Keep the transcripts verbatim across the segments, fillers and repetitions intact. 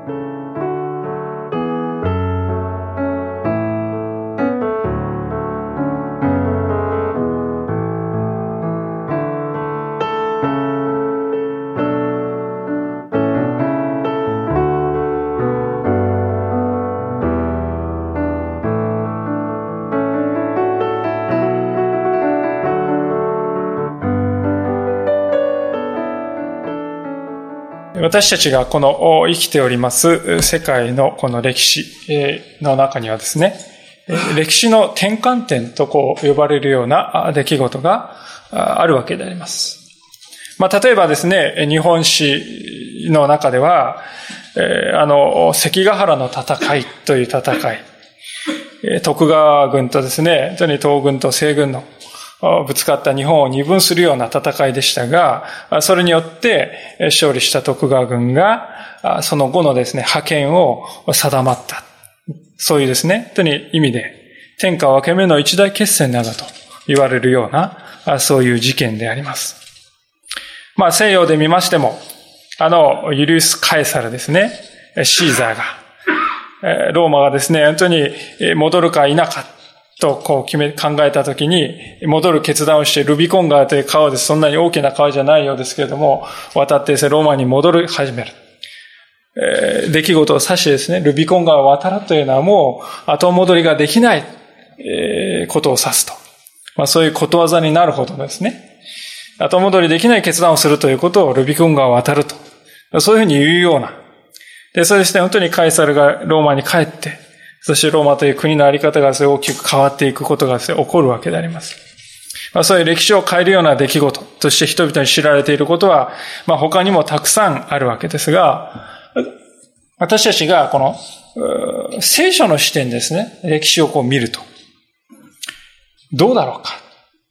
私たちがこの生きております世界のこの歴史の中にはですね、歴史の転換点とこう呼ばれるような出来事があるわけであります。まあ、例えばですね、日本史の中では、あの、関ヶ原の戦いという戦い、徳川軍とですね、本当に東軍と西軍のぶつかった日本を二分するような戦いでしたが、それによって勝利した徳川軍が、その後のですね、覇権を定まった。そういうですね、本当に意味で、天下分け目の一大決戦などと言われるような、そういう事件であります。まあ西洋で見ましても、あの、ユリウス・カエサルですね、シーザーが、ローマがですね、本当に戻るか否か、とこう決め、考えたときに、戻る決断をして、ルビコン川という川です。そんなに大きな川じゃないようですけれども、渡ってですね、ローマに戻り始める。えー、出来事を指してですね、ルビコン川を渡るというのはもう後戻りができない、えー、ことを指すと。まあそういうことわざになるほどですね。後戻りできない決断をするということをルビコン川を渡ると。そういうふうに言うような。で、それですね、本当にカエサルがローマに帰って、そしてローマという国のあり方が大きく変わっていくことが起こるわけであります。まあ、そういう歴史を変えるような出来事として人々に知られていることは、まあ、他にもたくさんあるわけですが、私たちがこの聖書の視点ですね、歴史をこう見ると、どうだろうか。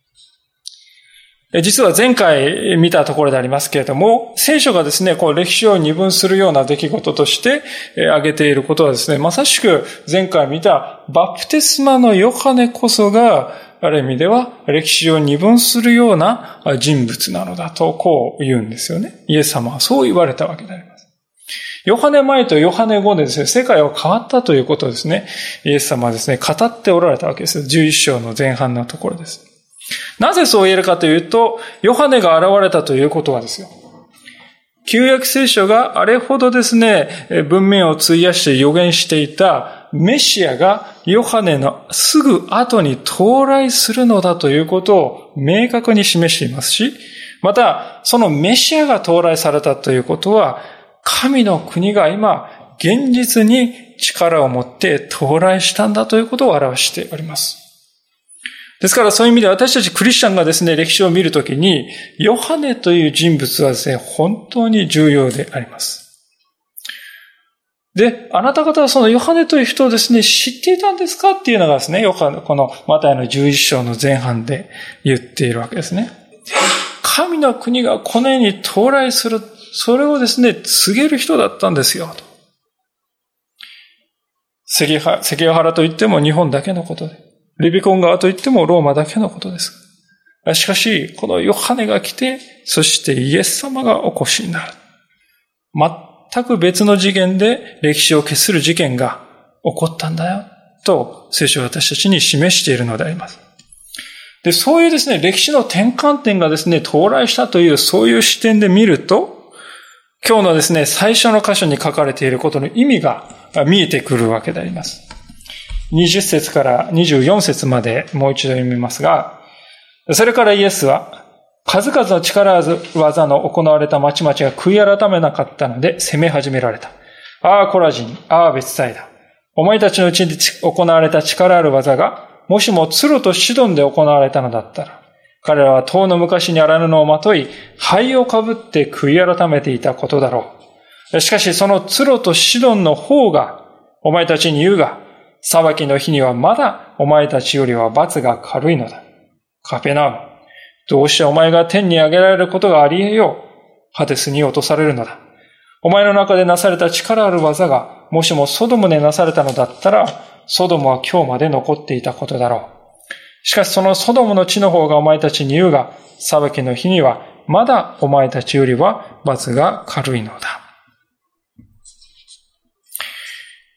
実は前回見たところでありますけれども、聖書がですね、こう歴史を二分するような出来事として挙げていることはですね、まさしく前回見たバプテスマのヨハネこそが、ある意味では歴史を二分するような人物なのだとこう言うんですよね。イエス様はそう言われたわけであります。ヨハネ前とヨハネ後でですね、世界は変わったということをですね、イエス様はですね、語っておられたわけです。じゅういっ章の前半のところです。なぜそう言えるかというと、ヨハネが現れたということはですよ。旧約聖書があれほどですね、文面を費やして予言していたメシアがヨハネのすぐ後に到来するのだということを明確に示していますし、またそのメシアが到来されたということは、神の国が今現実に力を持って到来したんだということを表しております。ですからそういう意味で私たちクリスチャンがですね、歴史を見るときに、ヨハネという人物はですね、本当に重要であります。で、あなた方はそのヨハネという人をですね、知っていたんですかっていうのがですね、ヨハネ、このマタイのじゅういっ章の前半で言っているわけですね。神の国がこの世に到来する、それをですね、告げる人だったんですよ、と。関ヶ原といっても日本だけのことで。ルビコン川といってもローマだけのことです。しかし、このヨハネが来て、そしてイエス様がお越しになる。全く別の次元で歴史を消する事件が起こったんだよ、と聖書は私たちに示しているのであります。で、そういうですね、歴史の転換点がですね、到来したという、そういう視点で見ると、今日のですね、最初の箇所に書かれていることの意味が見えてくるわけであります。にじゅっ節からにじゅうよん節までもう一度読みますが、それからイエスは、数々の力技の行われた町々が悔い改めなかったので責め始められた。ああ、コラジン、ああ、ベツサイダ。お前たちのうちに行われた力ある技が、もしもツロとシドンで行われたのだったら、彼らは遠の昔に荒布をまとい、灰をかぶって悔い改めていたことだろう。しかしそのツロとシドンの方が、お前たちに言うが、裁きの日にはまだお前たちよりは罰が軽いのだ。カペナウム、どうしてお前が天に上げられることがあり得よう。ハデスに落とされるのだ。お前の中でなされた力ある技が、もしもソドムでなされたのだったら、ソドムは今日まで残っていたことだろう。しかしそのソドムの地の方がお前たちに言うが、裁きの日にはまだお前たちよりは罰が軽いのだ。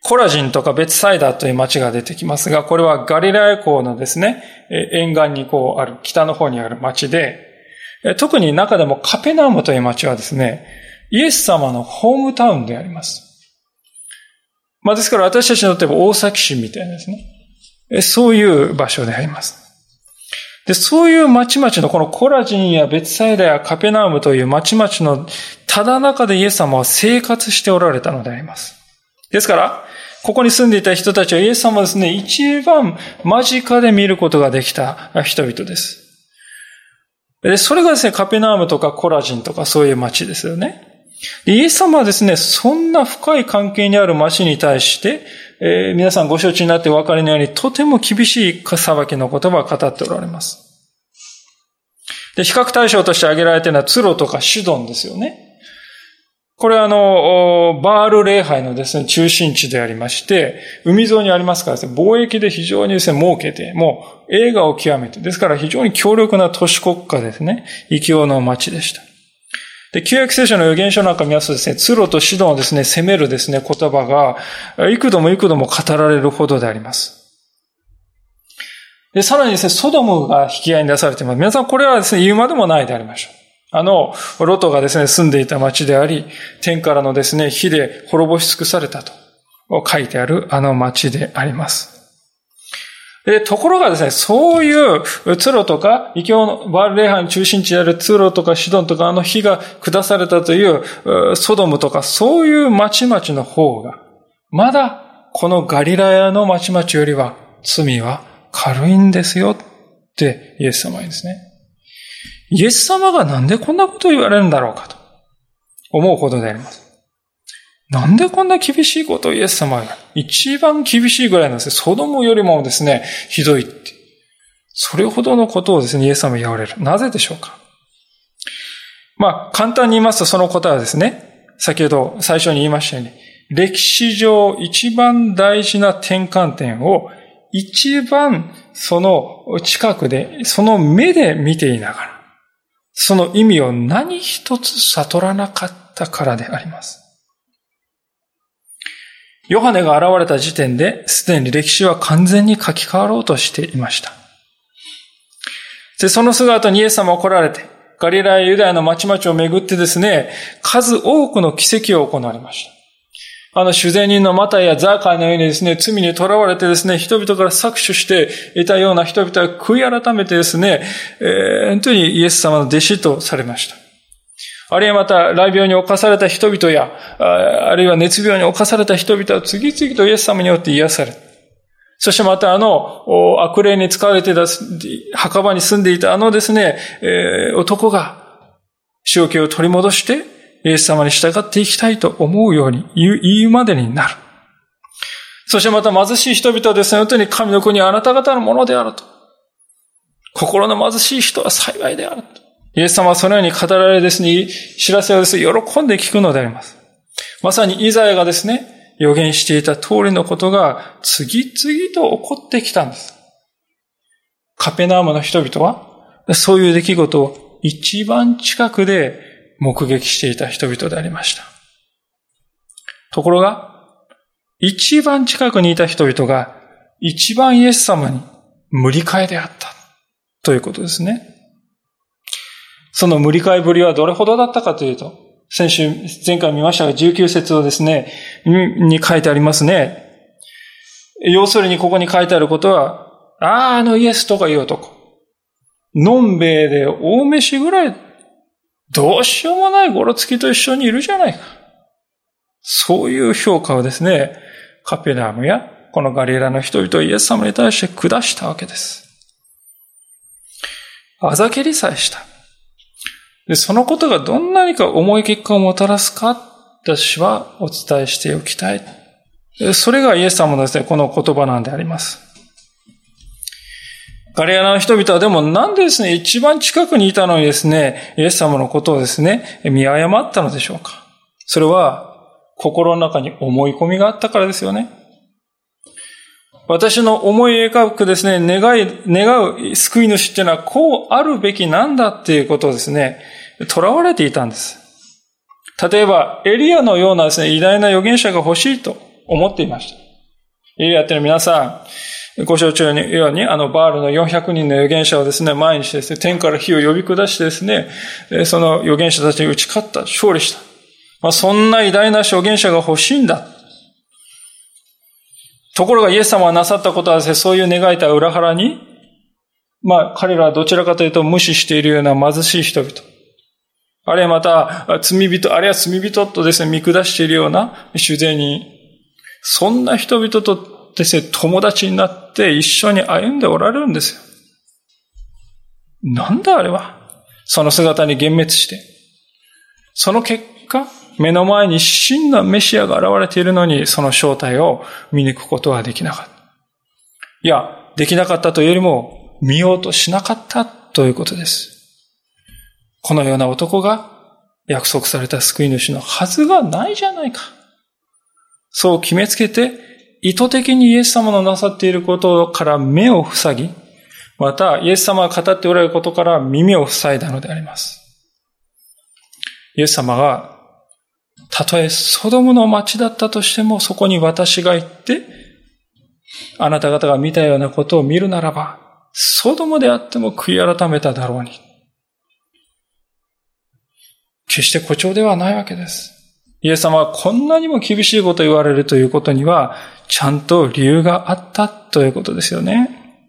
コラジンとかベツサイダという町が出てきますが、これはガリラヤ港のですね、沿岸にこうある、北の方にある町で、特に中でもカペナウムという町はですね、イエス様のホームタウンであります。まあですから私たちにとっては大崎市みたいなですね、そういう場所であります。で、そういう町々のこのコラジンやベツサイダやカペナウムという町々のただ中でイエス様は生活しておられたのであります。ですから、ここに住んでいた人たちはイエス様をですね、一番間近で見ることができた人々です。で、それがですね、カペナウムとかコラジンとかそういう町ですよね。でイエス様はですね、そんな深い関係にある町に対して、えー、皆さんご承知になってお分かりのように、とても厳しい裁きの言葉を語っておられます。で、比較対象として挙げられているのはツロとかシドンですよね。これはあの、バール礼拝のですね、中心地でありまして、海沿いにありますからですね、貿易で非常にですね、儲けて、もう栄華を極めて、ですから非常に強力な都市国家ですね、異教の町でした。で、旧約聖書の預言書なんか見ますとですね、ツロとシドンをですね、責めるですね、言葉が、幾度も幾度も語られるほどであります。で、さらにですね、ソドムが引き合いに出されています。皆さん、これはですね、言うまでもないでありましょう。あの、ロトがですね、住んでいた町であり、天からのですね、火で滅ぼし尽くされたと書いてあるあの町であります。で、ところがですね、そういうツロとか、異教のバール礼拝の中心地であるツロとかシドンとか、あの火が下されたというソドムとか、そういう町々の方が、まだこのガリラヤの町々よりは罪は軽いんですよってイエス様は言うんですね。イエス様がなんでこんなことを言われるんだろうかと思うほどであります。なんでこんな厳しいことをイエス様が一番厳しいぐらいなんですね。ソドムよりもですね、ひどいって。それほどのことをですね、イエス様が言われる。なぜでしょうか。まあ、簡単に言いますとその答えはですね、先ほど最初に言いましたように、歴史上一番大事な転換点を一番その近くで、その目で見ていながら、その意味を何一つ悟らなかったからであります。ヨハネが現れた時点で、すでに歴史は完全に書き換わろうとしていました。で、その姿にイエス様は来られて、ガリラヤ、ユダヤの町々を巡ってですね、数多くの奇跡を行われました。あの、主税人のマタイやザーカイのようにですね、罪に囚われてですね、人々から搾取していたような人々は悔い改めてですね、えー、本当にイエス様の弟子とされました。あるいはまた、雷病に侵された人々や、あるいは熱病に侵された人々は次々とイエス様によって癒され、そしてまたあの、悪霊に使われていた墓場に住んでいたあのですね、えー、男が、正気を取り戻して、イエス様に従っていきたいと思うように言うまでになる。そしてまた貧しい人々はですね、本当に神の国はあなた方のものであると。心の貧しい人は幸いであると。イエス様はそのように語られですね、知らせをですね、喜んで聞くのであります。まさにイザヤがですね、予言していた通りのことが次々と起こってきたんです。カペナウムの人々は、そういう出来事を一番近くで目撃していた人々でありました。ところが、一番近くにいた人々が一番イエス様に無理解であったということですね。その無理解ぶりはどれほどだったかというと、先週、前回見ましたがじゅうきゅう節をですね、に書いてありますね。要するにここに書いてあることは、ああ、あのイエスとかいう男。のんべえで大飯ぐらい、どうしようもないゴロつきと一緒にいるじゃないか。そういう評価をですね、カペナウムやこのガリラの人々はイエス様に対して下したわけです。あざけりさえした。で、そのことがどんなにか重い結果をもたらすか、私はお伝えしておきたい。それがイエス様のですね、この言葉なんであります。ガリラの人々はでもなんでですね、一番近くにいたのにですね、イエス様のことをですね、見誤ったのでしょうか。それは心の中に思い込みがあったからですよね。私の思い描くですね、願い、願う救い主っていうのはこうあるべきなんだっていうことをですね、囚われていたんです。例えば、エリアのようなですね、偉大な預言者が欲しいと思っていました。エリアっていうのは皆さん、ご承知のように、あの、バールのよんひゃくにんの預言者をですね、前にしてですね、天から火を呼び下してですね、その預言者たちに打ち勝った、勝利した。まあ、そんな偉大な預言者が欲しいんだ。ところがイエス様がなさったことはですね、そういう願いとは裏腹に、まあ、彼らはどちらかというと無視しているような貧しい人々。あるいはまた、罪人、あるいは罪人とですね、見下しているような主税人。そんな人々とですね、友達になって一緒に歩んでおられるんですよ。なんだあれは。その姿に幻滅して。その結果、目の前に真のメシアが現れているのに、その正体を見抜くことはできなかった。いや、できなかったというよりも、見ようとしなかったということです。このような男が約束された救い主のはずがないじゃないか。そう決めつけて、意図的にイエス様のなさっていることから目を塞ぎ、またイエス様が語っておられることから耳を塞いだのであります。イエス様が、たとえソドムの町だったとしても、そこに私が行って、あなた方が見たようなことを見るならば、ソドムであっても悔い改めただろうに。決して誇張ではないわけです。イエス様はこんなにも厳しいことを言われるということには、ちゃんと理由があったということですよね。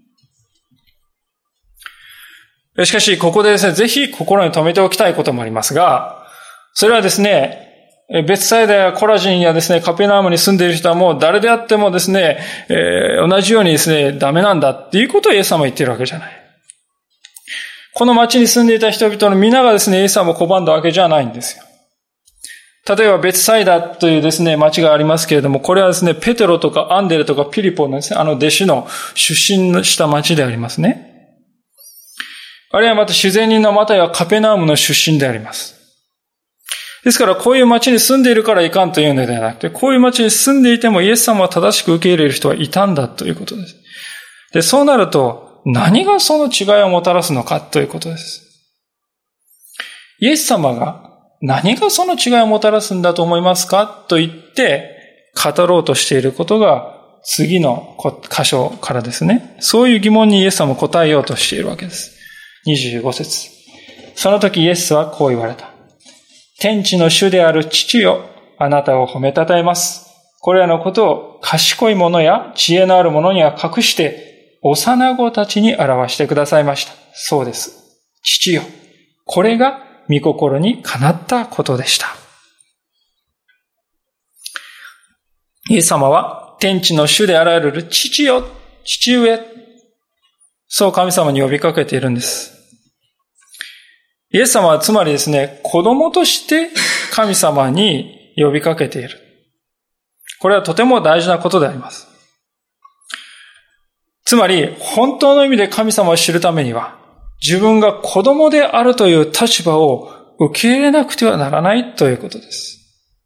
しかし、ここでですね、ぜひ心に留めておきたいこともありますが、それはですね、ベツサイダやコラジンやですね、カペナームに住んでいる人はもう誰であってもですね、えー、同じようにですね、ダメなんだっていうことをイエス様は言っているわけじゃない。この町に住んでいた人々の皆がですね、イエス様を拒んだわけじゃないんですよ。例えばベツサイダというですね、町がありますけれども、これはですね、ペテロとかアンデレとかピリポのですね、あの弟子の出身した町でありますね。あるいはまた主税人のまたはカペナームの出身であります。ですから、こういう町に住んでいるからいかんというのではなくて、こういう町に住んでいてもイエス様は正しく受け入れる人はいたんだということです。で、そうなると、何がその違いをもたらすのかということです。イエス様が何がその違いをもたらすんだと思いますかと言って語ろうとしていることが次の箇所からですね。そういう疑問にイエス様も答えようとしているわけです。にじゅうご節。その時イエスはこう言われた。天地の主である父よ、あなたを褒めたたえます。これらのことを賢い者や知恵のある者には隠して、幼子たちに表してくださいました。そうです。父よ。これが御心にかなったことでした。イエス様は天地の主であられる父よ、父上。そう神様に呼びかけているんです。イエス様はつまりですね、子供として神様に呼びかけている。これはとても大事なことであります。つまり、本当の意味で神様を知るためには、自分が子供であるという立場を受け入れなくてはならないということです。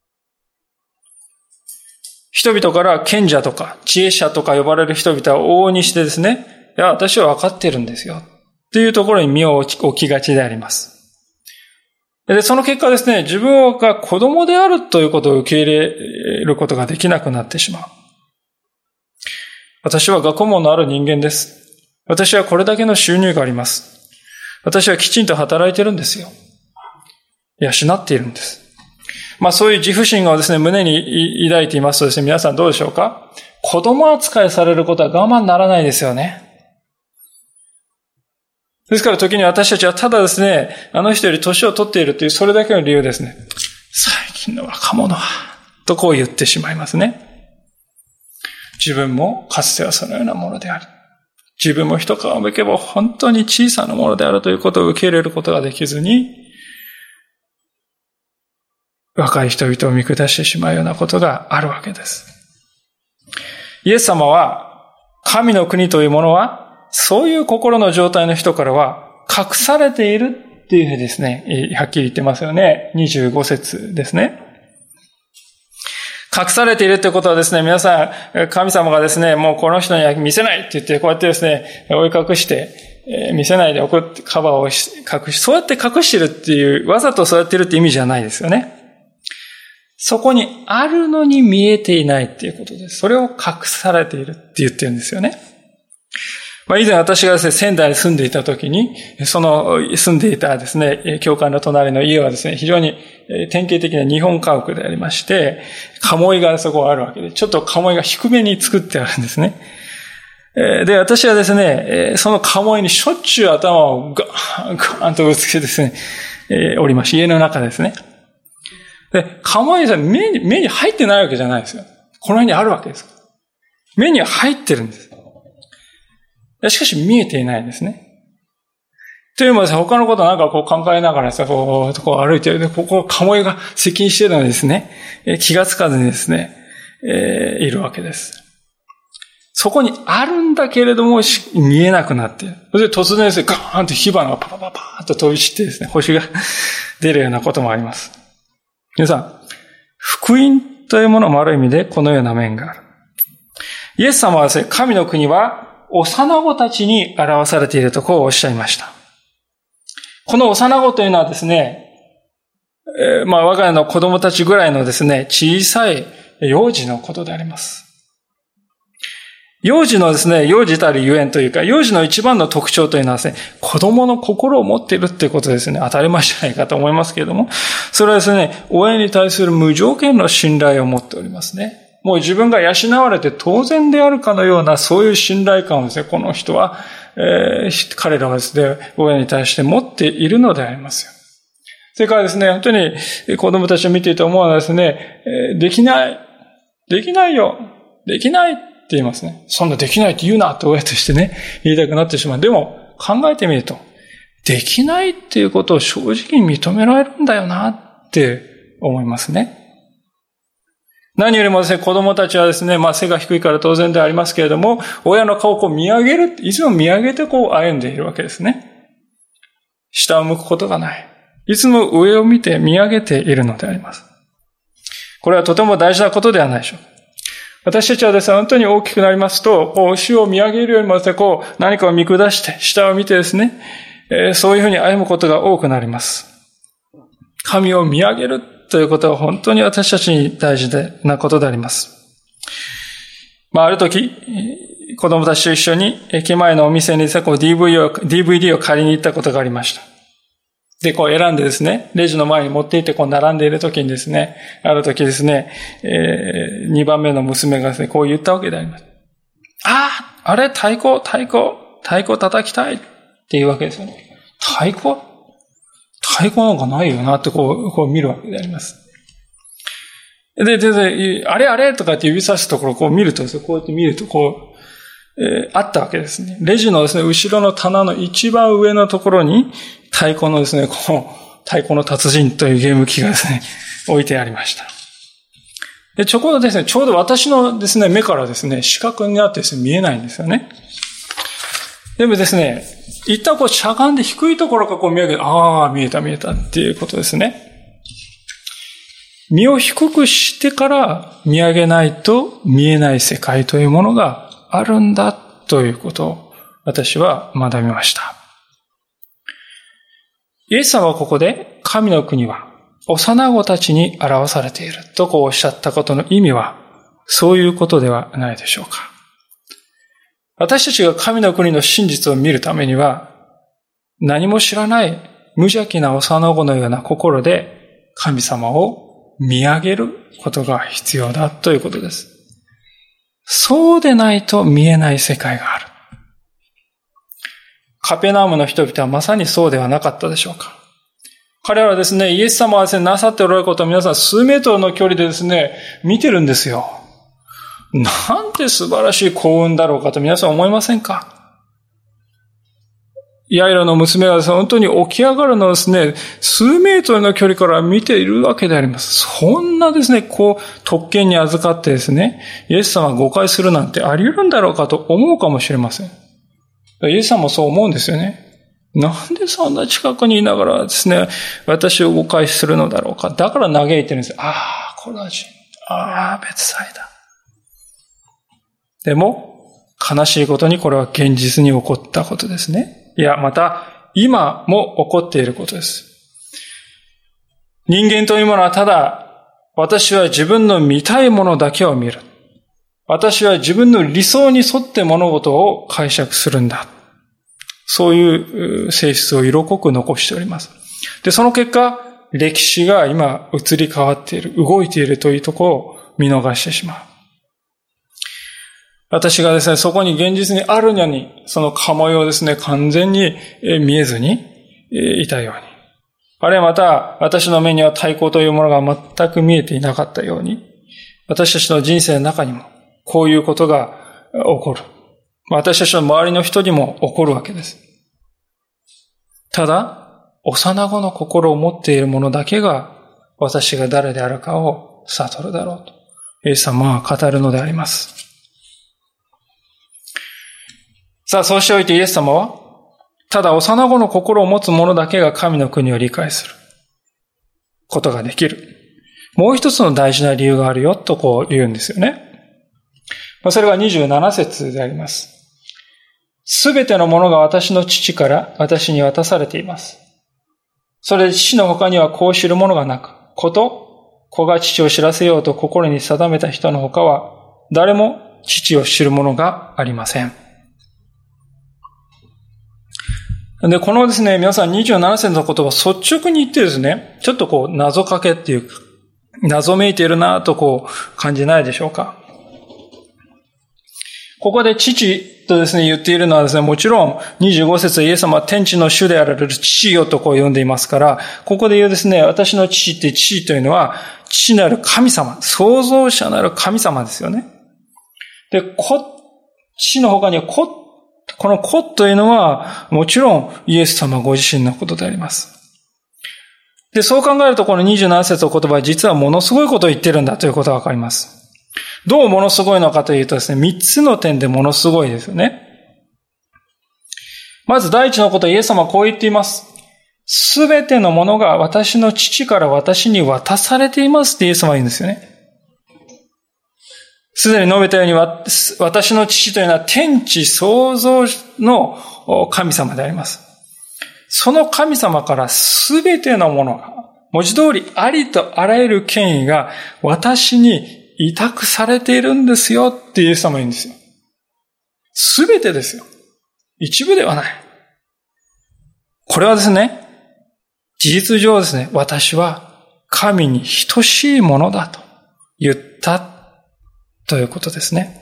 人々から賢者とか知恵者とか呼ばれる人々は往々にしてですね、いや、私は分かっているんですよ。というところに身を置きがちであります。で、その結果ですね、自分が子供であるということを受け入れることができなくなってしまう。私は学問のある人間です。私はこれだけの収入があります。私はきちんと働いてるんですよ。養っているんです。まあそういう自負心をですね、胸に抱いていますとですね、皆さんどうでしょうか？子供扱いされることは我慢ならないですよね。ですから時に私たちはただですね、あの人より年を取っているというそれだけの理由ですね。最近の若者は、とこう言ってしまいますね。自分もかつてはそのようなものである。自分も一皮むけば本当に小さなものであるということを受け入れることができずに、若い人々を見下してしまうようなことがあるわけです。イエス様は、神の国というものは、そういう心の状態の人からは隠されているっていうふうにですね、はっきり言ってますよね。にじゅうご節ですね。隠されているってことはですね、皆さん、神様がですね、もうこの人には見せないって言って、こうやってですね、追い隠して、見せないで送ってカバーを隠し、そうやって隠してるっていう、わざとそうやってるって意味じゃないですよね。 そこにあるのに見えていないっていうことです。それを隠されているって言ってるんですよね。まあ、以前私がですね、仙台に住んでいた時に、その住んでいたですね、教会の隣の家はですね、非常に典型的な日本家屋でありまして、鴨居がそこあるわけで、ちょっと鴨居が低めに作ってあるんですね。で、私はですね、その鴨居にしょっちゅう頭をガーン、ガーンとぶつけてですね、おりまし、家の中ですね。で、鴨居さん、目に、目に入ってないわけじゃないですよ。この辺にあるわけです。目には入ってるんです。しかし見えていないんですね。というのもですね、他のことなんかこう考えながらさ、こう、こう歩いてる。で、ここ、鴨居が接近しているのにですね、気がつかずにですね、えー、いるわけです。そこにあるんだけれども、見えなくなっている。それで突然ですね、ガーンと火花がパパパパーッと飛び散ってですね、星が出るようなこともあります。皆さん、福音というものもある意味でこのような面がある。イエス様はですね、神の国は幼子たちに表されているとこうおっしゃいました。この幼子というのはですね、えー、まあ我が家の子供たちぐらいのですね、小さい幼児のことであります。幼児のですね、幼児たるゆえんというか、幼児の一番の特徴というのはですね、子供の心を持っているっていうことですね。当たり前じゃないかと思いますけれども、それはですね、親に対する無条件の信頼を持っておりますね。もう自分が養われて当然であるかのような、そういう信頼感をですね、この人は、えー、彼らはですね、親に対して持っているのでありますよ。それからですね、本当に子供たちを見ていて思うのはですね、えー、できない、できないよ、できないって言いますね。そんなできないって言うなって親としてね、言いたくなってしまう。でも、考えてみると、できないっていうことを正直に認められるんだよなって思いますね。何よりもですね、子供たちはですね、まあ背が低いから当然でありますけれども、親の顔をこう見上げる、いつも見上げてこう歩んでいるわけですね。下を向くことがない。いつも上を見て見上げているのであります。これはとても大事なことではないでしょうか。私たちはですね、本当に大きくなりますと、こう主を見上げるよりもですね、こう何かを見下して、下を見てですね、えー、そういうふうに歩むことが多くなります。神を見上げるということは本当に私たちに大事なことであります。まあ、ある時、子供たちと一緒に駅前のお店にですね、こう ディーブイディー を、ディーブイディー を借りに行ったことがありました。で、こう選んでですね、レジの前に持っていってこう並んでいる時にですね、ある時ですね、えー、にばんめの娘がですね、こう言ったわけであります。ああ、あれ、太鼓、太鼓、太鼓叩きたいっていうわけですよね。太鼓太鼓なんかないよなってこう、こう見るわけであります。で、で、で、あれあれとかって指さすところをこう見るとですね、こうやって見るとこう、えー、あったわけですね。レジのですね、後ろの棚の一番上のところに、太鼓のですね、この太鼓の達人というゲーム機がですね、置いてありました。で、ちょうどですね、ちょうど私のですね、目からですね、視覚になってですね、見えないんですよね。でもですね、一旦こうしゃがんで低いところからこう見上げて、ああ、見えた見えたっていうことですね。身を低くしてから見上げないと見えない世界というものがあるんだということを私は学びました。イエス様はここで神の国は幼子たちに表されているとこうおっしゃったことの意味はそういうことではないでしょうか。私たちが神の国の真実を見るためには何も知らない無邪気な幼子のような心で神様を見上げることが必要だということです。そうでないと見えない世界がある。カペナウムの人々はまさにそうではなかったでしょうか。彼らはですね、イエス様がですね、なさっておられることを皆さん数メートルの距離でですね、見てるんですよ。なんて素晴らしい幸運だろうかと皆さん思いませんか？ヤイロの娘はですね、本当に起き上がるのをですね、数メートルの距離から見ているわけであります。そんなですね、こう、特権に預かってですね、イエス様が誤解するなんてあり得るんだろうかと思うかもしれません。イエス様もそう思うんですよね。なんでそんな近くにいながらですね、私を誤解するのだろうか。だから嘆いてるんです。ああ、コラジン。ああ、ベツサイダ。でも、悲しいことにこれは現実に起こったことですね。いや、また、今も起こっていることです。人間というものはただ、 私は自分の見たいものだけを見る。私は自分の理想に沿って物事を解釈するんだ。そういう性質を色濃く残しております。で、その結果、歴史が今移り変わっている、動いているというところを見逃してしまう。私がですね、そこに現実にあるのに、その鴨居をですね、完全に見えずにいたように。あるいはまた、私の目には太鼓というものが全く見えていなかったように、私たちの人生の中にも、こういうことが起こる。私たちの周りの人にも起こるわけです。ただ、幼子の心を持っている者だけが、私が誰であるかを悟るだろうと、イエス様は語るのであります。さあ、そうしておいてイエス様は、ただ幼子の心を持つ者だけが神の国を理解することができる。もう一つの大事な理由があるよとこう言うんですよね。それがにじゅうなな節であります。すべてのものが私の父から私に渡されています。それで父の他にはこう知るものがなく、子と子が父を知らせようと心に定めた人の他は、誰も父を知るものがありません。で、このですね、皆さんにじゅうなな節の言葉を率直に言ってですね、ちょっとこう謎かけっていうか、謎めいているなとこう感じないでしょうか。ここで父とですね、言っているのはですね、もちろんにじゅうご節イエス様は天地の主であられる父よとこう呼んでいますから、ここで言うですね、私の父って父というのは、父なる神様、創造者なる神様ですよね。で、子、父の他には子、この子というのは、もちろんイエス様ご自身のことであります。で、そう考えるとこのにじゅうなな節の言葉は実はものすごいことを言ってるんだということがわかります。どうものすごいのかというとですね、三つの点でものすごいですよね。まず第一のこと、イエス様はこう言っています。すべてのものが私の父から私に渡されていますってイエス様は言うんですよね。すでに述べたように、私の父というのは天地創造の神様であります。その神様からすべてのものが、文字通りありとあらゆる権威が私に委託されているんですよってイエス様は言うんですよ。すべてですよ。一部ではない。これはですね、事実上ですね、私は神に等しいものだと言ったということですね。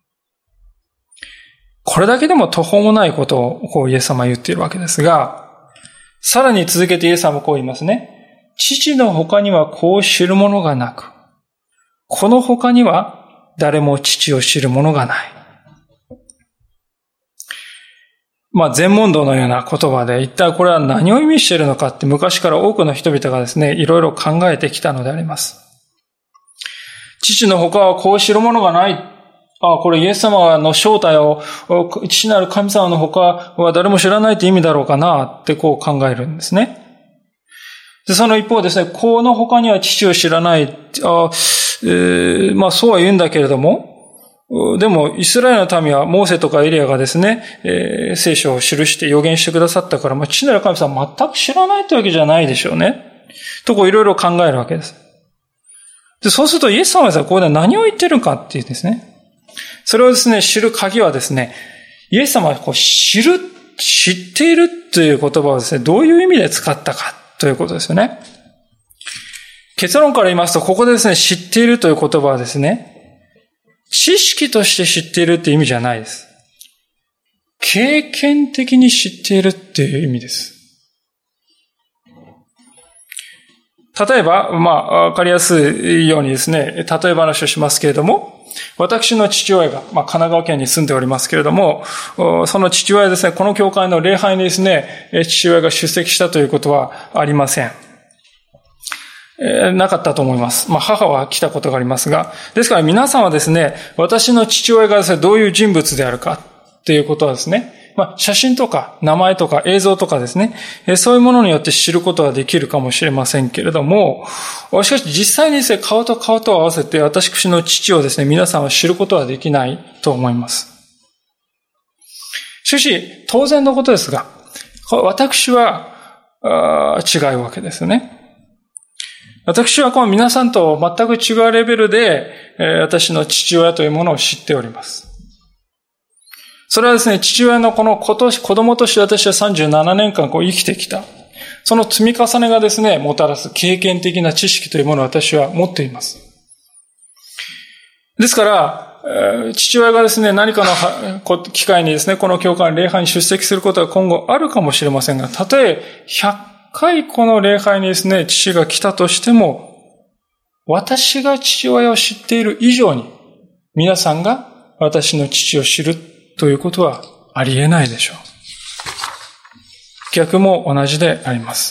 これだけでも途方もないことをこうイエス様は言っているわけですが、さらに続けてイエス様はこう言いますね。父の他にはこう知るものがなく、この他には誰も父を知るものがない。まあ、全問答のような言葉で、一体これは何を意味しているのかって昔から多くの人々がですね、いろいろ考えてきたのであります。父の他はこう知るものがない。ああ、これイエス様の正体を、父なる神様の他は誰も知らないって意味だろうかなってこう考えるんですね。で、その一方ですね、この他には父を知らない。あ、えー、まあそうは言うんだけれども、でもイスラエルの民はモーセとかエリアがですね、えー、聖書を記して予言してくださったから、まあ父なる神様は全く知らないというわけじゃないでしょうね。とこういろいろ考えるわけです。で、そうするとイエス様はですね、ここで何を言ってるかっていうんですね。それをですね、知る鍵はですね、イエス様はこう知る、知っているという言葉をですね、どういう意味で使ったかということですよね。結論から言いますと、ここでですね、知っているという言葉はですね、知識として知っているという意味じゃないです。経験的に知っているっていう意味です。例えば、まあ、わかりやすいようにですね、例え話をしますけれども、私の父親が、まあ、神奈川県に住んでおりますけれども、その父親ですね、この教会の礼拝にですね、父親が出席したということはありません。えー、なかったと思います。まあ、母は来たことがありますが、ですから皆さんはですね、私の父親がですね、どういう人物であるかっていうことはですね、まあ、写真とか名前とか映像とかですね、そういうものによって知ることはできるかもしれませんけれども、しかし実際にですね、顔と顔と合わせて私の父をですね、皆さんは知ることはできないと思います。しかし、当然のことですが、私は違うわけですよね。 私はこの皆さんと全く違うレベルで、私の父親というものを知っております。それはですね、父親のこの子と子供として私はさんじゅうななねんかんこう生きてきた。その積み重ねがですね、もたらす経験的な知識というものを私は持っています。ですから、父親がですね、何かの機会にですね、この教会の礼拝に出席することは今後あるかもしれませんが、たとえひゃっかいこの礼拝にですね、父が来たとしても、私が父親を知っている以上に、皆さんが私の父を知るということはありえないでしょう。逆も同じであります。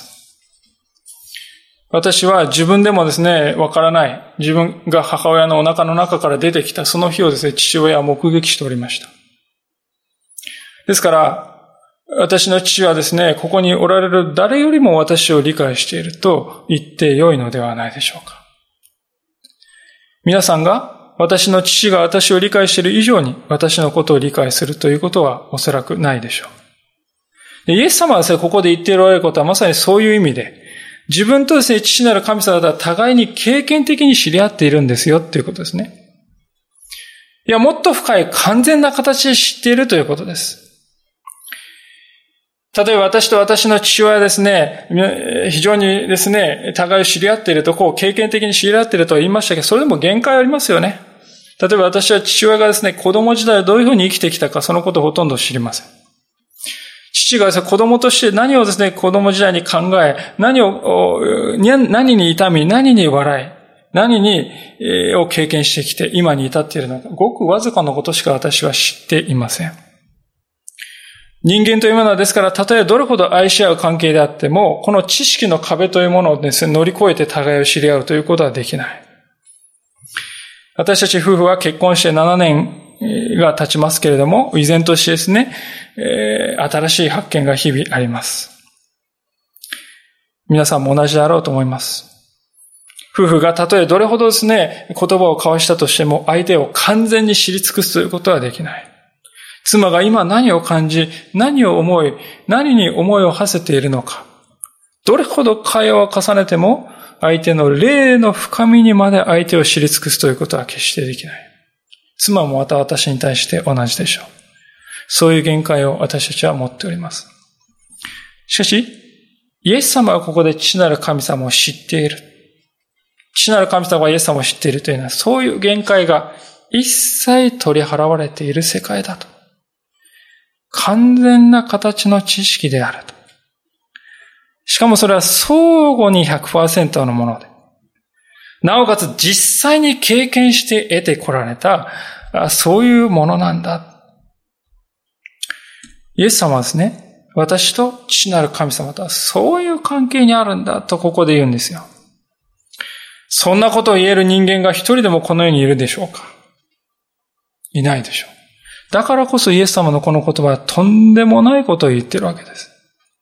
私は自分でもですね、わからない。自分が母親のお腹の中から出てきたその日をですね、父親は目撃しておりました。ですから、私の父はですね、ここにおられる誰よりも私を理解していると言ってよいのではないでしょうか。皆さんが私の父が私を理解している以上に私のことを理解するということはおそらくないでしょう。でイエス様はですね、ここで言っておられることはまさにそういう意味で、自分とですね、父なる神様は互いに経験的に知り合っているんですよということですね。いや、もっと深い完全な形で知っているということです。例えば私と私の父親ですね、非常にですね、互いを知り合っていると、こう経験的に知り合っているとは言いましたけど、それでも限界ありますよね。例えば私は父親がですね、子供時代どういうふうに生きてきたか、そのことをほとんど知りません。父がですね、子供として何をですね、子供時代に考え、何を、何に痛み、何に笑い、何に、えー、を経験してきて、今に至っているのか、ごくわずかのことしか私は知っていません。人間というものはですから、たとえどれほど愛し合う関係であっても、この知識の壁というものをですね、乗り越えて互いを知り合うということはできない。私たち夫婦は結婚してななねんが経ちますけれども、依然としてですね、えー、新しい発見が日々あります。皆さんも同じだろうと思います。夫婦がたとえどれほどですね、言葉を交わしたとしても、相手を完全に知り尽くすということはできない。妻が今何を感じ、何を思い、何に思いを馳せているのか。どれほど会話を重ねても、相手の霊の深みにまで相手を知り尽くすということは決してできない。妻もまた私に対して同じでしょう。そういう限界を私たちは持っております。しかし、イエス様はここで父なる神様を知っている。父なる神様がイエス様を知っているというのは、そういう限界が一切取り払われている世界だと。完全な形の知識であると。しかもそれは相互に ひゃくパーセント のもので、なおかつ実際に経験して得てこられた、そういうものなんだ。イエス様はですね、私と父なる神様とはそういう関係にあるんだとここで言うんですよ。そんなことを言える人間が一人でもこの世にいるでしょうか？いないでしょう。だからこそイエス様のこの言葉はとんでもないことを言っているわけです。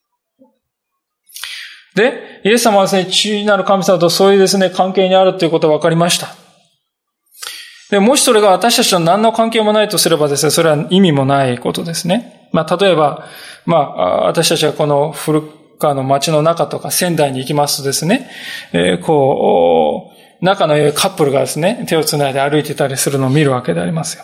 で、イエス様はですね、父なる神様とそういうですね、関係にあるということが分かりました。で、もしそれが私たちと何の関係もないとすればですね、それは意味もないことですね。まあ、例えば、まあ、私たちはこの古川の街の中とか仙台に行きますとですね、えー、こう、仲の良いカップルがですね、手をつないで歩いてたりするのを見るわけでありますよ。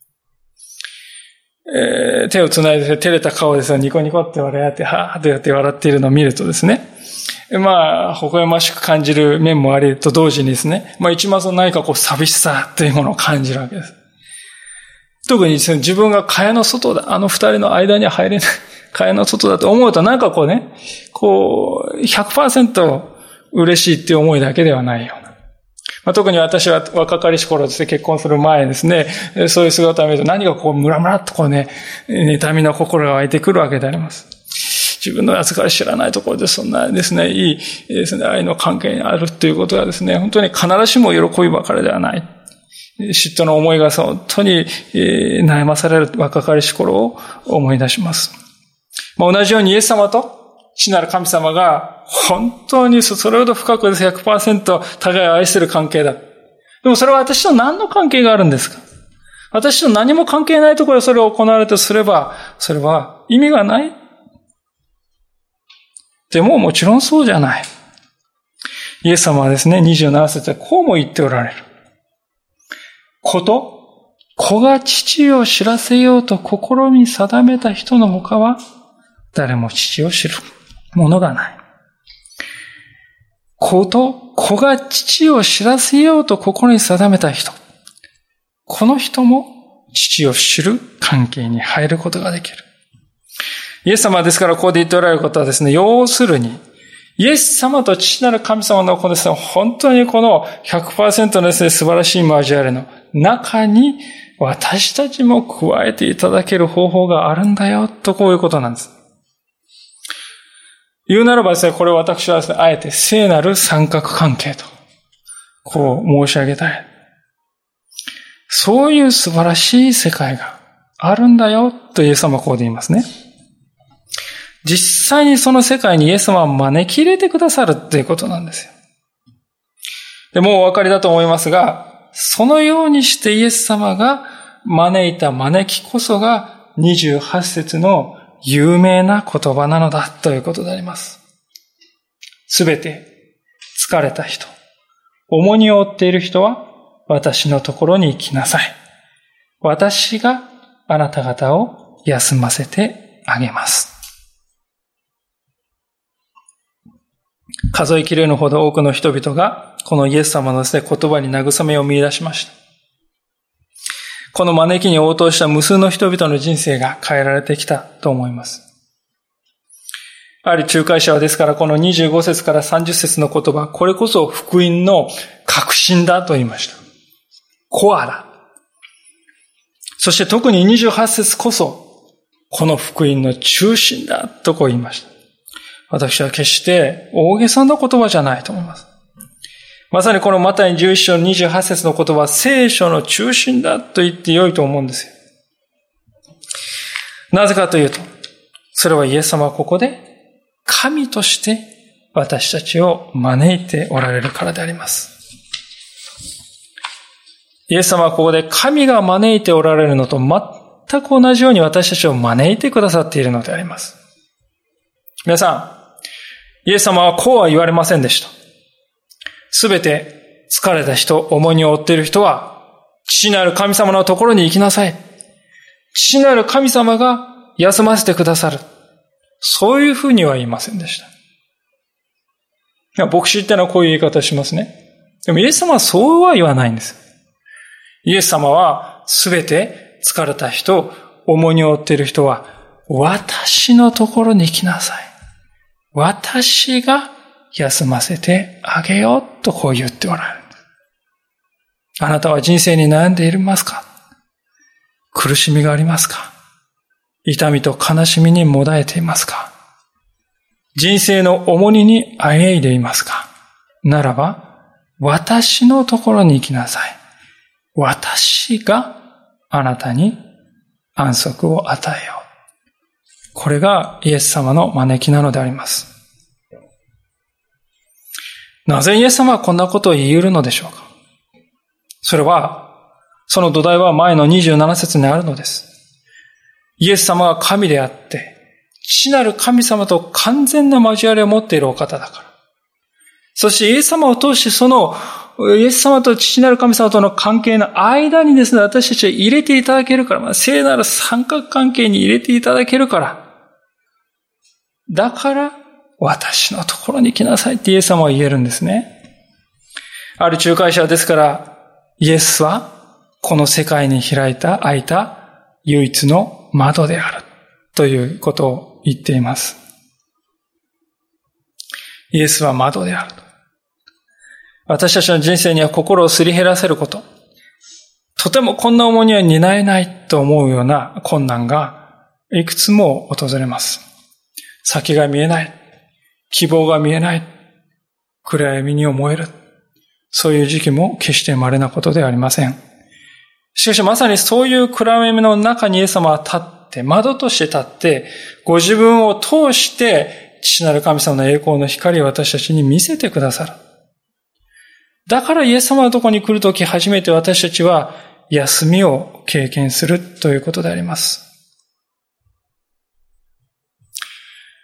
えー、手をつないで照れた顔ですよ、ニコニコって笑い合って、はーってやって笑っているのを見るとですね、まあ、微笑ましく感じる面もありと同時にですね、まあ一抹の何かこう寂しさというものを感じるわけです。特にですね、自分が蚊帳の外だ、あの二人の間には入れない、蚊帳の外だと思うとなんかこうね、こう、ひゃくパーセント 嬉しいっていう思いだけではないような。まあ、特に私は若かりし頃ですね、結婚する前ですね、そういう姿を見ると何かこうムラムラっとこうね、妬みの心が湧いてくるわけであります。自分の扱い知らないところでそんなですね、いいですね、愛の関係にあるということはですね、本当に必ずしも喜びばかりではない。嫉妬の思いが本当に悩まされる若かりし頃を思い出します。まあ、同じようにイエス様と父なる神様が本当にそれほど深く ひゃくパーセント 互いを愛している関係だ。でもそれは私と何の関係があるんですか？私と何も関係ないところでそれを行われるとすれば、それは意味がない。でももちろんそうじゃない。 イエス様はですね、にじゅうなな節でこうも言っておられる。子と子が父を知らせようと心に定めた人のほかは、誰も父を知るものがない。子と子が父を知らせようと心に定めた人。この人も父を知る関係に入ることができる。イエス様はですからここで言っておられることはですね、要するに、イエス様と父なる神様のこのですね、本当にこの ひゃくパーセント のですね、素晴らしい交わりの中に私たちも加えていただける方法があるんだよ、とこういうことなんです。言うならばですね、これを私はですね、あえて聖なる三角関係と、こう申し上げたい。そういう素晴らしい世界があるんだよ、とイエス様はこうで言いますね。実際にその世界にイエス様は招き入れてくださるということなんですよ。でもうお分かりだと思いますが、そのようにしてイエス様が招いた招きこそがにじゅうはち節の有名な言葉なのだということであります。すべて疲れた人、重荷を負っている人は私のところに行きなさい。私があなた方を休ませてあげます。数えきれぬほど多くの人々がこのイエス様のですね、言葉に慰めを見出しました。この招きに応答した無数の人々の人生が変えられてきたと思います。ある仲介者はですからこのにじゅうご節からさんじゅっ節の言葉、これこそ福音の核心だと言いました。コアだ。そして特ににじゅうはち節こそこの福音の中心だとこう言いました。私は決して大げさな言葉じゃないと思います。まさにこのマタイじゅういち章のにじゅうはち節の言葉は聖書の中心だと言ってよいと思うんですよ。なぜかというと、それはイエス様はここで神として私たちを招いておられるからであります。イエス様はここで神が招いておられるのと全く同じように私たちを招いてくださっているのであります。皆さん、イエス様はこうは言われませんでした。すべて疲れた人、重荷を負っている人は、父なる神様のところに行きなさい。父なる神様が休ませてくださる。そういうふうには言いませんでした。いや、牧師ってのはこういう言い方をしますね。でもイエス様はそうは言わないんです。イエス様はすべて疲れた人、重荷を負っている人は、私のところに行きなさい。私が休ませてあげようとこう言っておられる。あなたは人生に悩んでいますか？苦しみがありますか？痛みと悲しみにもだえていますか？人生の重荷にあえいでいますか？ならば、私のところに行きなさい。私があなたに安息を与えよう。これがイエス様の招きなのであります。なぜイエス様はこんなことを言い得るのでしょうか？それは、その土台は前のにじゅうなな節にあるのです。イエス様は神であって、父なる神様と完全な交わりを持っているお方だから。そしてイエス様を通してそのイエス様と父なる神様との関係の間にですね、私たちは入れていただけるから、まあ、聖なる三角関係に入れていただけるから、だから、私のところに来なさいってイエス様は言えるんですね。ある仲介者ですから、イエスはこの世界に開いた、開いた唯一の窓であるということを言っています。イエスは窓であると。私たちの人生には心をすり減らせること、とてもこんな重荷は担えないと思うような困難がいくつも訪れます。先が見えない。希望が見えない。暗闇に思える。そういう時期も決して稀なことではありません。しかしまさにそういう暗闇の中にイエス様は立って、窓として立って、ご自分を通して父なる神様の栄光の光を私たちに見せてくださる。だからイエス様のところに来るとき初めて私たちは休みを経験するということであります。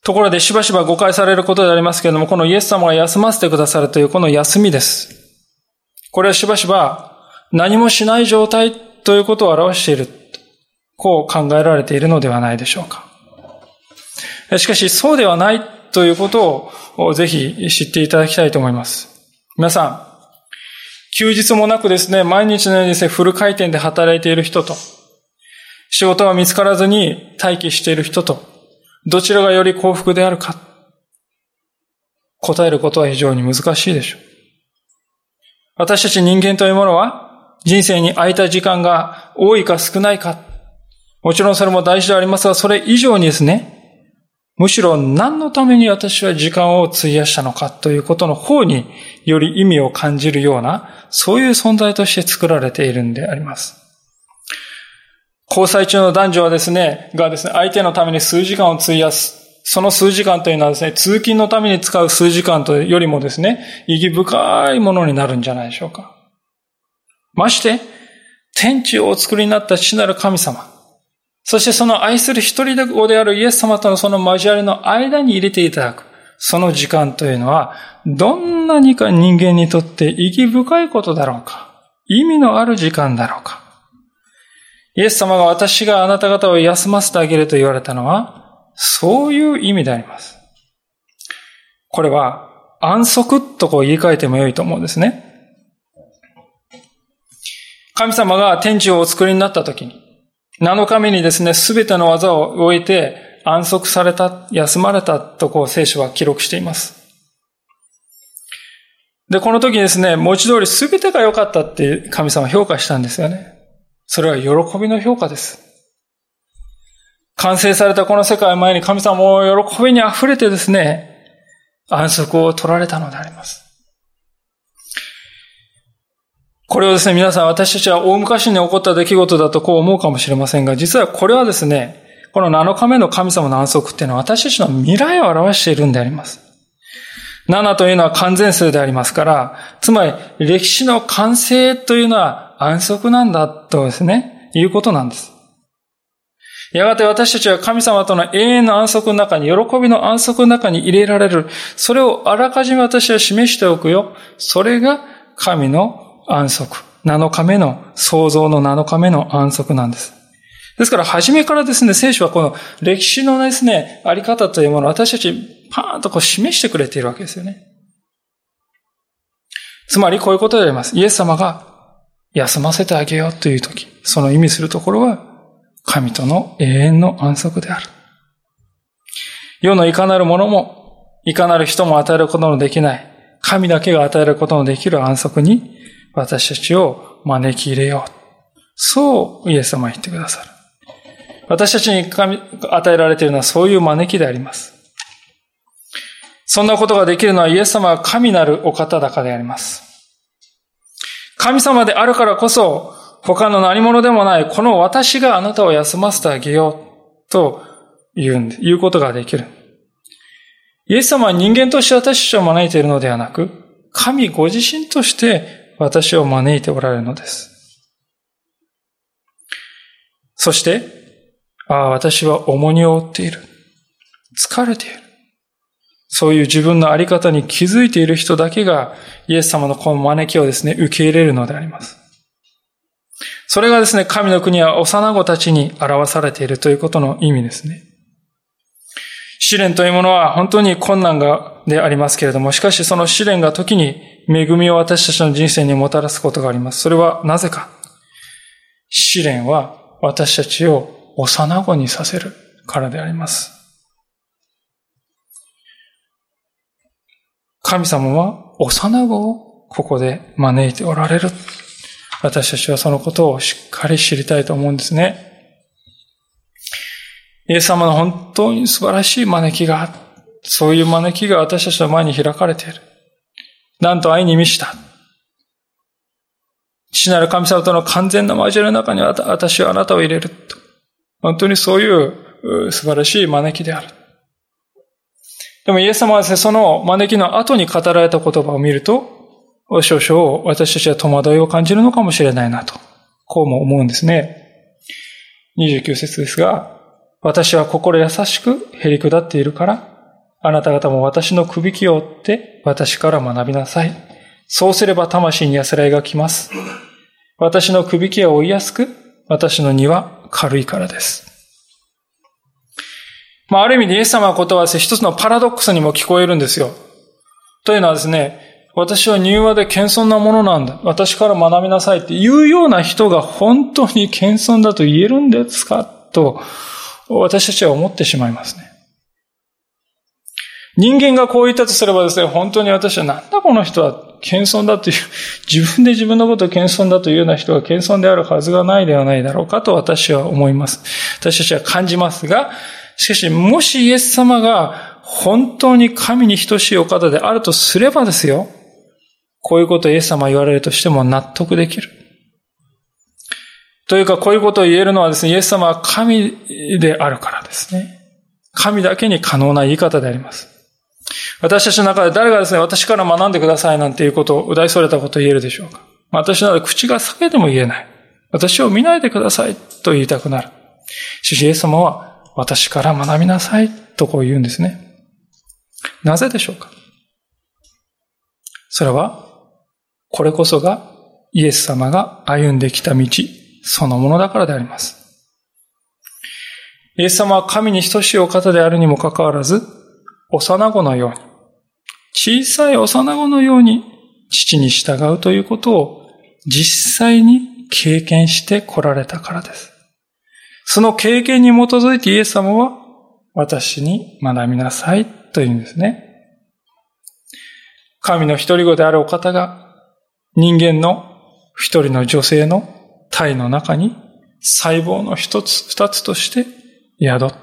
ところでしばしば誤解されることでありますけれども、このイエス様が休ませてくださるというこの休みです。これはしばしば何もしない状態ということを表している。こう考えられているのではないでしょうか。しかしそうではないということをぜひ知っていただきたいと思います。皆さん、休日もなくですね、毎日のようにですね、フル回転で働いている人と、仕事が見つからずに待機している人と、どちらがより幸福であるか、答えることは非常に難しいでしょう。私たち人間というものは、人生に空いた時間が多いか少ないか、もちろんそれも大事でありますが、それ以上にですね、むしろ何のために私は時間を費やしたのかということの方により意味を感じるような、そういう存在として作られているんであります。交際中の男女はですね、がですね、相手のために数時間を費やす。その数時間というのはですね、通勤のために使う数時間というよりもですね、意義深いものになるんじゃないでしょうか。まして、天地をお作りになった父なる神様、そしてその愛する一人子であるイエス様とのその交わりの間に入れていただく、その時間というのは、どんなにか人間にとって意義深いことだろうか、意味のある時間だろうか。イエス様が私があなた方を休ませてあげると言われたのは、そういう意味であります。これは安息とこう言い換えても良いと思うんですね。神様が天地をお作りになったときに、なのかめにですね、すべての技を終えて安息された、休まれたとこう聖書は記録しています。で、この時ですね、文字通りすべてが良かったって神様は評価したんですよね。それは喜びの評価です。完成されたこの世界を前に神様も喜びに溢れてですね、安息を取られたのであります。これをですね、皆さん私たちは大昔に起こった出来事だとこう思うかもしれませんが、実はこれはですね、このなのかめの神様の安息っていうのは私たちの未来を表しているんであります。ななというのは完全数でありますから、つまり歴史の完成というのは安息なんだとですね、いうことなんです。やがて私たちは神様との永遠の安息の中に、喜びの安息の中に入れられる。それをあらかじめ私は示しておくよ。それが神の安息。なのかめの、創造のなのかめの安息なんです。ですから初めからですね、聖書はこの歴史のですね、あり方というものを私たちパーンとこう示してくれているわけですよね。つまりこういうことであります。イエス様が休ませてあげようというとき、その意味するところは、神との永遠の安息である。世のいかなるものも、いかなる人も与えることのできない、神だけが与えることのできる安息に、私たちを招き入れよう。そうイエス様は言ってくださる。私たちに与えられているのはそういう招きであります。そんなことができるのはイエス様は神なるお方だからであります。神様であるからこそ、他の何者でもない、この私があなたを休ませてあげようと言うんで、言うことができる。イエス様は人間として私たちを招いているのではなく、神ご自身として私を招いておられるのです。そして、ああ、私は重荷を負っている。疲れている。そういう自分のあり方に気づいている人だけが、イエス様のこの招きをですね、受け入れるのであります。それがですね、神の国は幼子たちに表されているということの意味ですね。試練というものは本当に困難がでありますけれども、しかしその試練が時に恵みを私たちの人生にもたらすことがあります。それはなぜか。試練は私たちを幼子にさせるからであります。神様は幼子をここで招いておられる。私たちはそのことをしっかり知りたいと思うんですね。イエス様の本当に素晴らしい招きが、そういう招きが私たちの前に開かれている。なんと愛に満ちた。父なる神様との完全な交わりの中に私はあなたを入れると。本当にそういう素晴らしい招きである。でもイエス様はですね、その招きの後に語られた言葉を見ると、少々私たちは戸惑いを感じるのかもしれないなと、こうも思うんですね。にじゅうきゅう節ですが、私は心優しくへり下っているから、 あなた方も私のくびきを追って私から学びなさい。そうすれば魂に安らぎが来ます。私のくびきは追いやすく、私の荷は軽いからです。まあ、ある意味でイエス様のことは一つのパラドックスにも聞こえるんですよ。というのはですね、私は柔和で謙遜なものなんだ。私から学びなさいっていうような人が本当に謙遜だと言えるんですかと、私たちは思ってしまいますね。人間がこう言ったとすればですね、本当に私はなんだこの人は謙遜だという、自分で自分のことを謙遜だというような人が謙遜であるはずがないではないだろうかと私は思います。私たちは感じますが、しかしもしイエス様が本当に神に等しいお方であるとすればですよ、こういうことをイエス様が言われるとしても納得できる。というか、こういうことを言えるのはですね、イエス様は神であるからですね。神だけに可能な言い方であります。私たちの中で誰がですね、私から学んでくださいなんていうことを、うだいそれたことを言えるでしょうか。私なら口が裂けても言えない。私を見ないでくださいと言いたくなる。しかしイエス様は、私から学びなさいとこう言うんですね。なぜでしょうか。それは、これこそがイエス様が歩んできた道そのものだからであります。イエス様は神に等しいお方であるにもかかわらず、幼子のように、小さい幼子のように父に従うということを実際に経験して来られたからです。その経験に基づいてイエス様は私に学びなさいというんですね。神の一人子であるお方が人間の一人の女性の体の中に細胞の一つ二つとして宿った。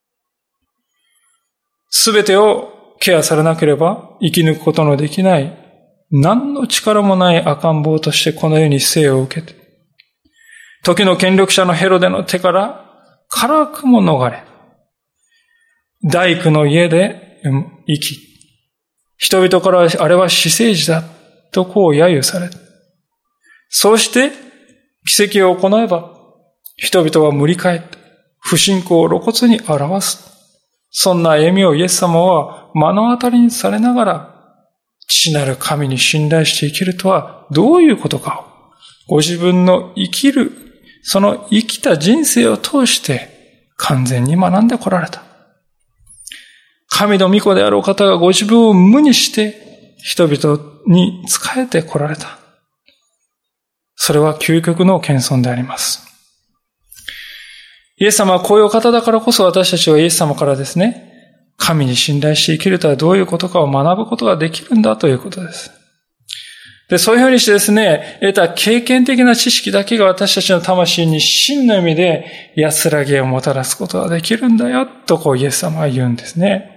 すべてをケアされなければ生き抜くことのできない何の力もない赤ん坊としてこの世に生を受けて、時の権力者のヘロデの手から辛くも逃れ、大工の家で生き、人々からあれは私生児だとこう揶揄され、そうして奇跡を行えば人々は無理返って不信仰を露骨に表す。そんな歩みをイエス様は目の当たりにされながら、父なる神に信頼して生きるとはどういうことかを、ご自分の生きる、その生きた人生を通して完全に学んでこられた。神の御子であるお方がご自分を無にして人々に仕えてこられた。それは究極の謙遜であります。イエス様はこういうお方だからこそ私たちはイエス様からですね、神に信頼して生きるとはどういうことかを学ぶことができるんだということです。で、そういうふうにしてですね、得た経験的な知識だけが私たちの魂に真の意味で安らぎをもたらすことができるんだよとこうイエス様は言うんですね。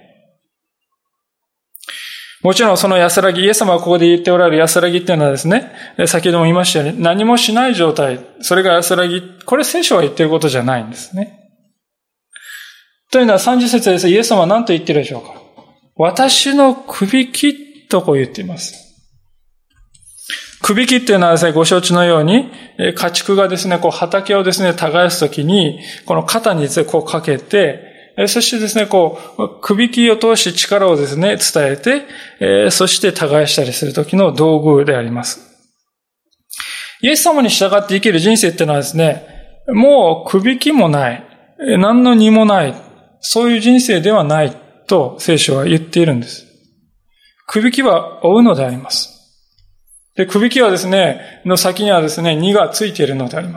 もちろんその安らぎ、イエス様はここで言っておられる安らぎっていうのはですね、先ほども言いましたように何もしない状態、それが安らぎ、これ聖書は言っていることじゃないんですね。というのはさんじゅう節です。イエス様は何と言っているでしょうか。私のくびきとこう言っています。くびきっていうのはですね、ご承知のように、家畜がですね、こう畑をですね、耕すときに、この肩にですね、こうかけて、そしてですね、こう、くびきを通して力をですね、伝えて、えー、そして耕したりするときの道具であります。イエス様に従って生きる人生っていうのはですね、もうくびきもない、何の荷もない、そういう人生ではないと聖書は言っているんです。くびきは追うのであります。で、くびきはですね、の先にはですね、荷がついているのであります。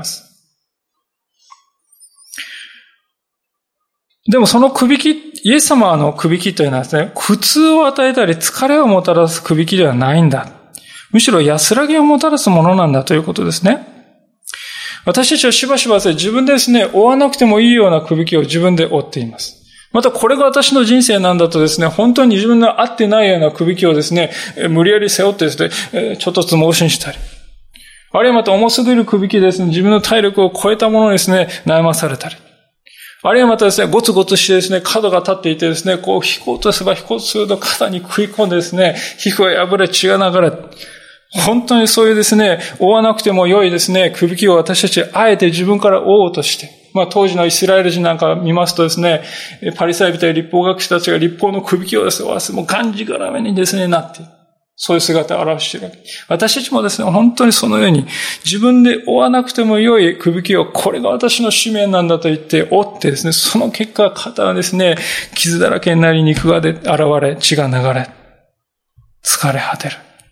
でもそのくびき、イエス様のくびきというのはですね、苦痛を与えたり疲れをもたらすくびきではないんだ。むしろ安らぎをもたらすものなんだということですね。私たちはしばしばですね、自分でですね、追わなくてもいいようなくびきを自分で追っています。またこれが私の人生なんだとですね、本当に自分の合ってないようなくびきをですね、無理やり背負ってですね、ちょっとずつ盲信したり。あるいはまた重すぎるくびきですね、自分の体力を超えたものにですね、悩まされたり。あるいはまたですね、ゴツゴツしてですね、角が立っていてですね、こう引こうとすれば引こうとすると肩に食い込んでですね、皮膚が破れ血が流れ、本当にそういうですね、追わなくても良いですね、くびきを私たちあえて自分から追おうとして、 まあ当時のイスラエル人なんか見ますとですね、パリサイ人や立法学者たちが立法のくびきをですね、もうがんじがらめにですね、なっている。そういう姿を表しているわけ。私たちもですね、本当にそのように自分で負わなくても良いくびきを、これが私の使命なんだと言って負ってですね、その結果、肩はですね、傷だらけになり、肉がで現れ、血が流れ、疲れ果てる。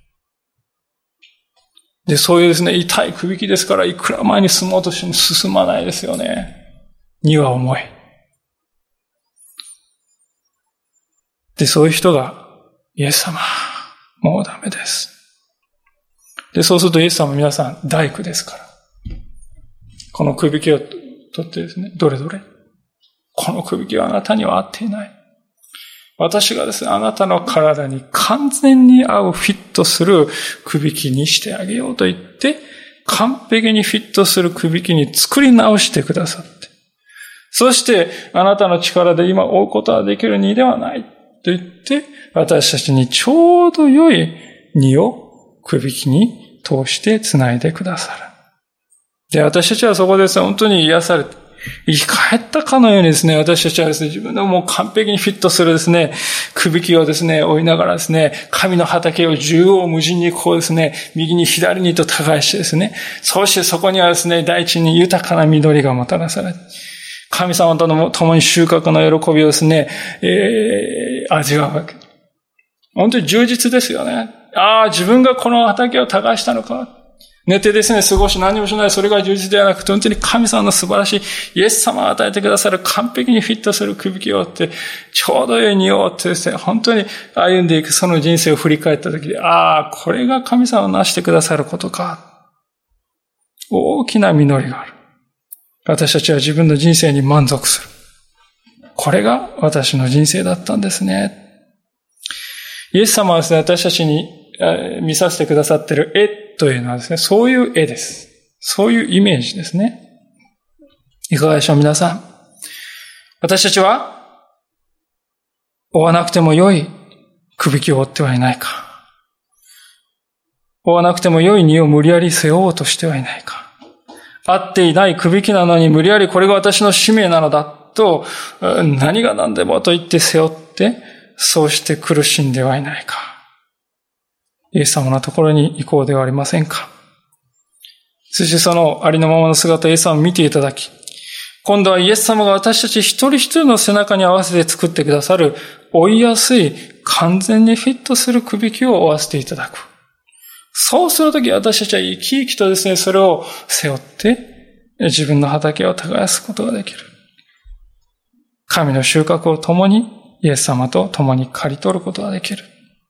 で、そういうですね、痛いくびきですから、いくら前に進もうとしても進まないですよね。荷は重い。で、そういう人が、イエス様、もうダメです。で、そうするとイエス様皆さん大工ですから。このくびきを取ってですね、どれどれ。このくびきはあなたには合っていない。私がですね、あなたの体に完全に合うフィットするくびきにしてあげようと言って、完璧にフィットするくびきに作り直してくださって。そして、あなたの力で今追うことはできる荷ではないと言って、私たちにちょうど良い荷をくびきに通して繋いでくださる。で、私たちはそこでですね、本当に癒されて、生き返ったかのようにですね、私たちはですね、自分のもう完璧にフィットするですね、くびきをですね、追いながらですね、神の畑を縦横無尽にこうですね、右に左にと耕してですね、そしてそこにはですね、大地に豊かな緑がもたらされ、神様との共に収穫の喜びをですね、えー、味わうわけ。本当に充実ですよね。ああ、自分がこの畑を耕したのか。寝てですね、過ごし何もしない、それが充実ではなくて、本当に神様の素晴らしい、イエス様が与えてくださる完璧にフィットするくびきを追って、ちょうど良い荷を追ってですね、本当に歩んでいくその人生を振り返ったときに、ああ、これが神様をなしてくださることか。大きな実りがある。私たちは自分の人生に満足する。これが私の人生だったんですね。イエス様はですね、私たちに見させてくださっている絵というのはですね、そういう絵です。そういうイメージですね。いかがでしょう、皆さん。私たちは、追わなくても良いくびきを追ってはいないか。追わなくても良い荷を無理やり背負おうとしてはいないか。合っていないくびきなのに無理やりこれが私の使命なのだと、何が何でもと言って背負って、そうして苦しんではいないか。イエス様のところに行こうではありませんか。そしてそのありのままの姿をイエス様を見ていただき、今度はイエス様が私たち一人一人の背中に合わせて作ってくださる、追いやすい、完全にフィットするくびきを追わせていただく。そうするとき私たちは生き生きとですね、それを背負って、自分の畑を耕すことができる。神の収穫を共に、イエス様と共に刈り取ることができる。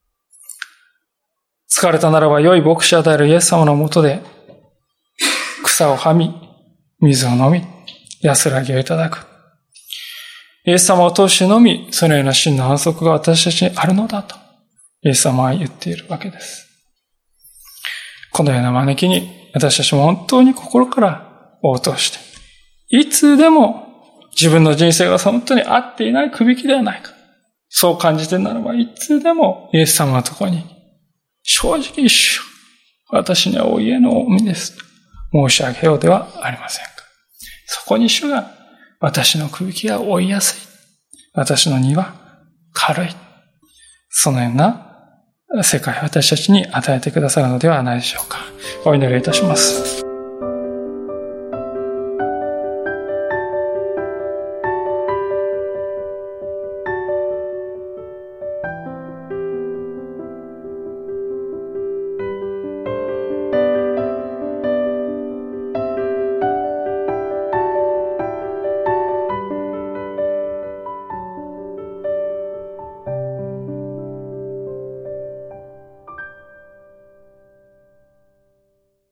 疲れたならば良い牧者であるイエス様のもとで、草をはみ、水を飲み、安らぎをいただく。イエス様を通してのみ、そのような真の安息が私たちにあるのだと、イエス様は言っているわけです。このような招きに、私たちも本当に心から応答して、いつでも自分の人生が本当に合っていないくびきではないか。そう感じてならば、いつでもイエス様のところに、正直主よ、私にはお家の臣です。申し上げようではありませんか。そこに主が、私のくびきは追いやすい。私の荷は軽い。そのような世界を私たちに与えてくださるのではないでしょうか。お祈りいたします。